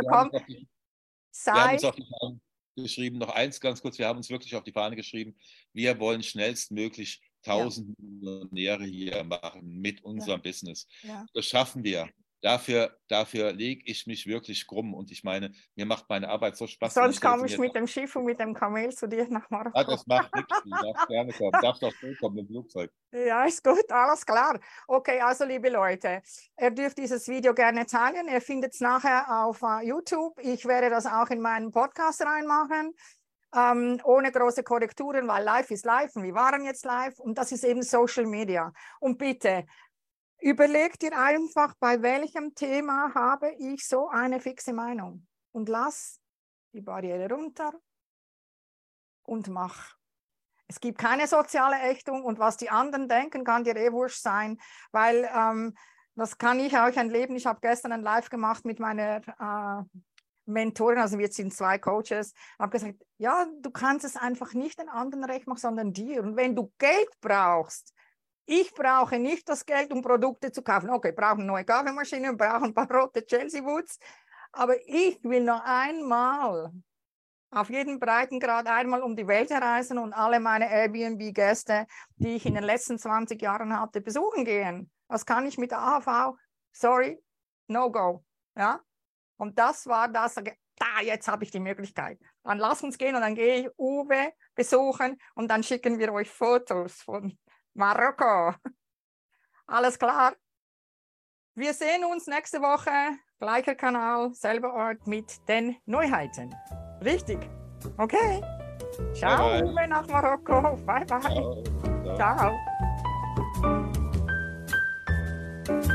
uns auf die Fahne geschrieben, noch eins ganz kurz, wir haben uns wirklich auf die Fahne geschrieben, wir wollen schnellstmöglich 1000 Millionäre hier machen mit unserem Business. Ja. Das schaffen wir. Dafür lege ich mich wirklich krumm und ich meine, mir macht meine Arbeit so Spaß. Sonst komme ich mit dem Schiff und mit dem Kamel zu dir nach Marokko. Ja, das macht nichts, du darfst gerne kommen, du darfst auch so kommen im Flugzeug. Ja, ist gut, alles klar. Okay, also liebe Leute, ihr dürft dieses Video gerne teilen, ihr findet es nachher auf YouTube. Ich werde das auch in meinen Podcast reinmachen, ohne große Korrekturen, weil live ist live und wir waren jetzt live und das ist eben Social Media. Und bitte, überlegt ihr einfach, bei welchem Thema habe ich so eine fixe Meinung und lass die Barriere runter und mach. Es gibt keine soziale Ächtung und was die anderen denken, kann dir wurscht sein, weil das kann ich euch erleben. Ich habe gestern ein Live gemacht mit meiner Mentorin, also wir sind 2 Coaches, habe gesagt, ja, du kannst es einfach nicht den anderen recht machen, sondern dir. Und wenn du Geld brauchst, ich brauche nicht das Geld, um Produkte zu kaufen. Okay, wir brauchen eine neue Kaffeemaschine, wir brauchen ein paar rote Chelsea Woods, aber ich will noch einmal auf jeden Breitengrad einmal um die Welt reisen und alle meine Airbnb-Gäste, die ich in den letzten 20 Jahren hatte, besuchen gehen. Das kann ich mit der AHV, sorry, no go. Ja? Und das war das, jetzt habe ich die Möglichkeit. Dann lass uns gehen und dann gehe ich Uwe besuchen und dann schicken wir euch Fotos von Marokko. Alles klar? Wir sehen uns nächste Woche, gleicher Kanal, selber Ort mit den Neuheiten. Richtig? Okay. Ciao, Uwe nach Marokko. Bye, bye. Ciao. Ciao.